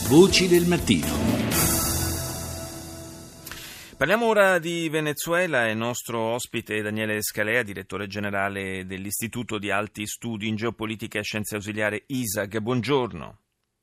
Voci del mattino. Parliamo ora di Venezuela. Il nostro ospite è Daniele Scalea, direttore generale dell'Istituto di Alti Studi in Geopolitica e Scienze Ausiliari ISAG. Buongiorno.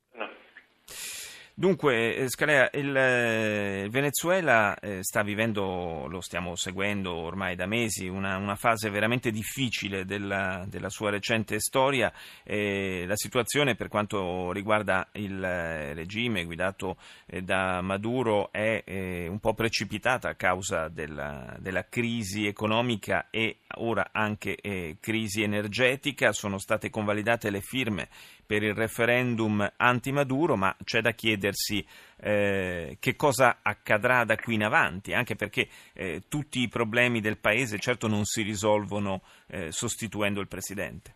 Dunque, Scalea, il Venezuela sta vivendo, lo stiamo seguendo ormai da mesi, una fase veramente difficile della sua recente storia. La situazione per quanto riguarda il regime guidato da Maduro è un po' precipitata a causa della crisi economica e ora anche crisi energetica. Sono state convalidate le firme per il referendum anti-Maduro, ma c'è da chiedersi che cosa accadrà da qui in avanti, anche perché tutti i problemi del paese certo non si risolvono sostituendo il presidente.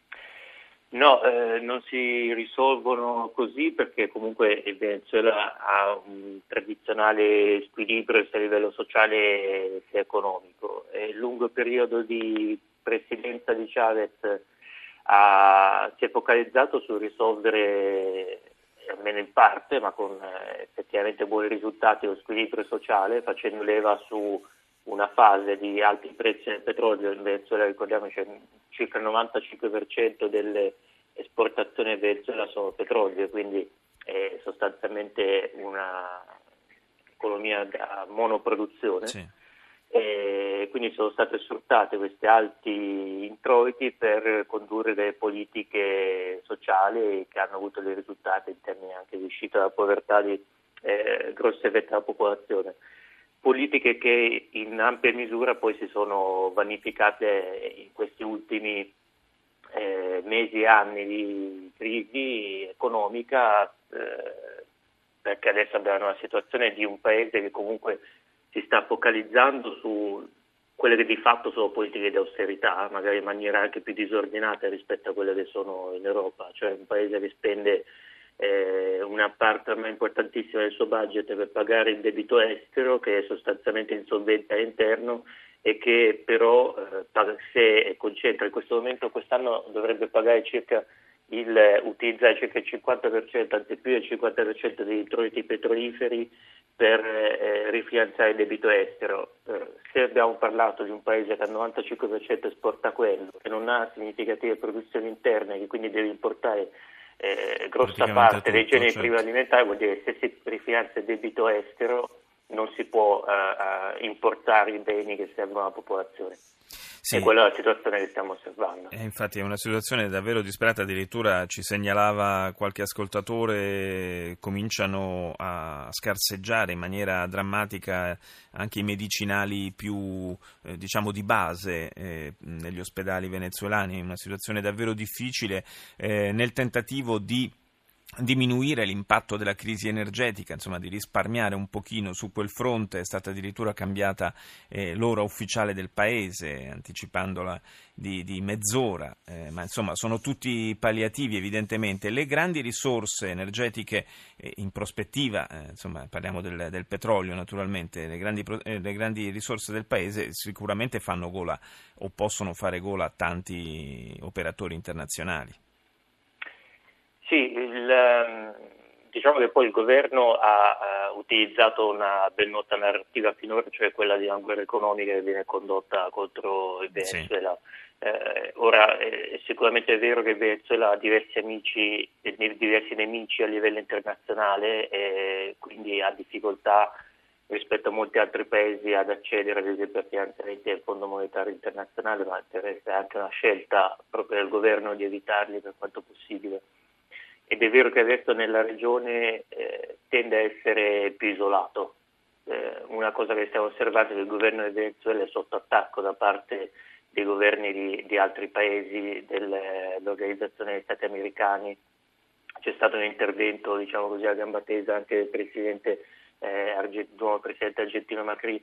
No, non si risolvono così perché comunque il Venezuela ha un tradizionale squilibrio sia a livello sociale sia economico. Il lungo periodo di presidenza di Chavez si è focalizzato sul risolvere, almeno in parte, ma con effettivamente buoni risultati, lo squilibrio sociale, facendo leva su una fase di alti prezzi del petrolio. In Venezuela, ricordiamo, c'è circa il 95% delle esportazioni in Venezuela sono petrolio, quindi è sostanzialmente una economia a monoproduzione. Sì. Quindi sono state sfruttate questi alti introiti per condurre delle politiche sociali che hanno avuto dei risultati in termini anche di uscita dalla povertà di grosse fette della popolazione. Politiche che in ampia misura poi si sono vanificate in questi ultimi mesi e anni di crisi economica, perché adesso abbiamo una situazione di un paese che comunque si sta focalizzando su quelle che di fatto sono politiche di austerità, magari in maniera anche più disordinata rispetto a quelle che sono in Europa, cioè un paese che spende una parte ormai importantissima del suo budget per pagare il debito estero, che è sostanzialmente insolvente all'interno e che però se concentra in questo momento, quest'anno dovrebbe pagare utilizzare circa il 50%, anzi più del 50% degli introiti petroliferi per rifinanziare il debito estero. Se abbiamo parlato di un paese che al 95% esporta quello, che non ha significative produzioni interne, che quindi deve importare grossa parte dei generi primi alimentari, vuol dire che se si rifinanzia il debito estero non si può importare i beni che servono alla popolazione. Sì. E quella è la situazione che stiamo osservando. Infatti è una situazione davvero disperata, addirittura ci segnalava qualche ascoltatore, cominciano a scarseggiare in maniera drammatica anche i medicinali più di base negli ospedali venezuelani, una situazione davvero difficile nel tentativo di diminuire l'impatto della crisi energetica, insomma di risparmiare un pochino su quel fronte. È stata addirittura cambiata l'ora ufficiale del paese, anticipandola di mezz'ora, ma insomma sono tutti palliativi evidentemente. Le grandi risorse energetiche in prospettiva, insomma parliamo del petrolio naturalmente, le grandi risorse del paese sicuramente fanno gola o possono fare gola a tanti operatori internazionali. Sì, diciamo che poi il governo ha utilizzato una ben nota narrativa finora, cioè quella di una guerra economica che viene condotta contro il Venezuela. Sì. Ora è sicuramente vero che il Venezuela ha diversi nemici a livello internazionale e quindi ha difficoltà rispetto a molti altri paesi ad accedere ad esempio a finanziamenti del Fondo Monetario Internazionale, ma è anche una scelta proprio del governo di evitarli per quanto possibile. Ed è vero che adesso nella regione tende a essere più isolato. Una cosa che stiamo osservando è che il governo del Venezuela è sotto attacco da parte dei governi di altri paesi, dell'Organizzazione degli Stati Americani. C'è stato un intervento, diciamo così, a gamba tesa anche del nuovo presidente argentino Macri.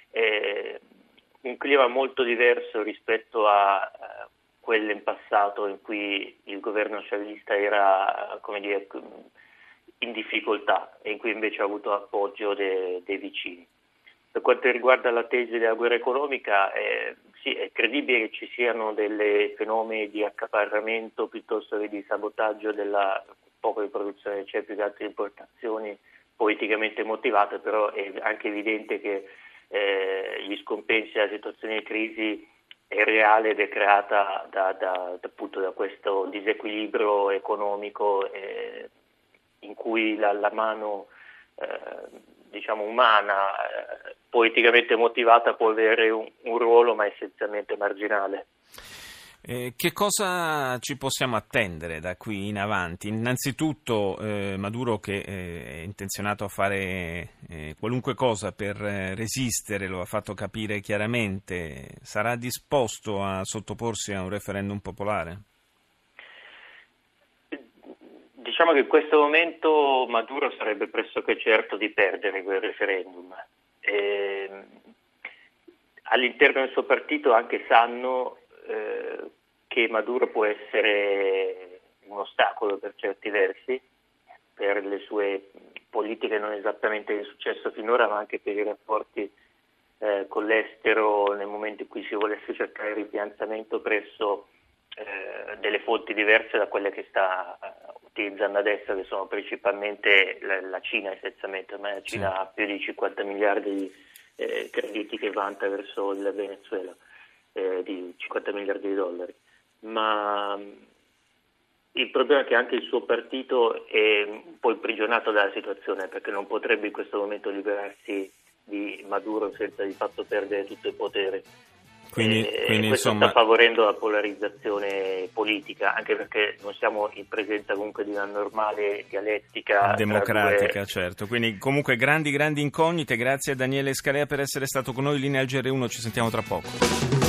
Un clima molto diverso rispetto a quelle in passato in cui il governo chavista era, in difficoltà e in cui invece ha avuto appoggio dei vicini. Per quanto riguarda la tesi della guerra economica, sì, è credibile che ci siano dei fenomeni di accaparramento piuttosto che di sabotaggio poco di produzione c'è, più che altre importazioni politicamente motivate, però è anche evidente che gli scompensi della situazione di crisi è reale ed è creata appunto da questo disequilibrio economico in cui la mano diciamo umana, politicamente motivata, può avere un ruolo, ma essenzialmente marginale. Che cosa ci possiamo attendere da qui in avanti? Innanzitutto Maduro, che è intenzionato a fare qualunque cosa per resistere, lo ha fatto capire chiaramente, sarà disposto a sottoporsi a un referendum popolare? Diciamo che in questo momento Maduro sarebbe pressoché certo di perdere quel referendum. All'interno del suo partito anche sanno che Maduro può essere un ostacolo per certi versi, per le sue politiche non esattamente di successo finora, ma anche per i rapporti con l'estero nel momento in cui si volesse cercare il ripianzamento presso delle fonti diverse da quelle che sta utilizzando adesso, che sono principalmente la Cina essenzialmente. Ormai la Cina ha più di 50 miliardi di crediti che vanta verso il Venezuela, di 50 miliardi di dollari. Ma il problema è che anche il suo partito è un po' imprigionato dalla situazione, perché non potrebbe in questo momento liberarsi di Maduro senza di fatto perdere tutto il potere. Quindi questo insomma sta favorendo la polarizzazione politica, anche perché non siamo in presenza comunque di una normale dialettica democratica, certo. Quindi comunque grandi incognite. Grazie a Daniele Scalea per essere stato con noi. Linea al GR1, ci sentiamo tra poco.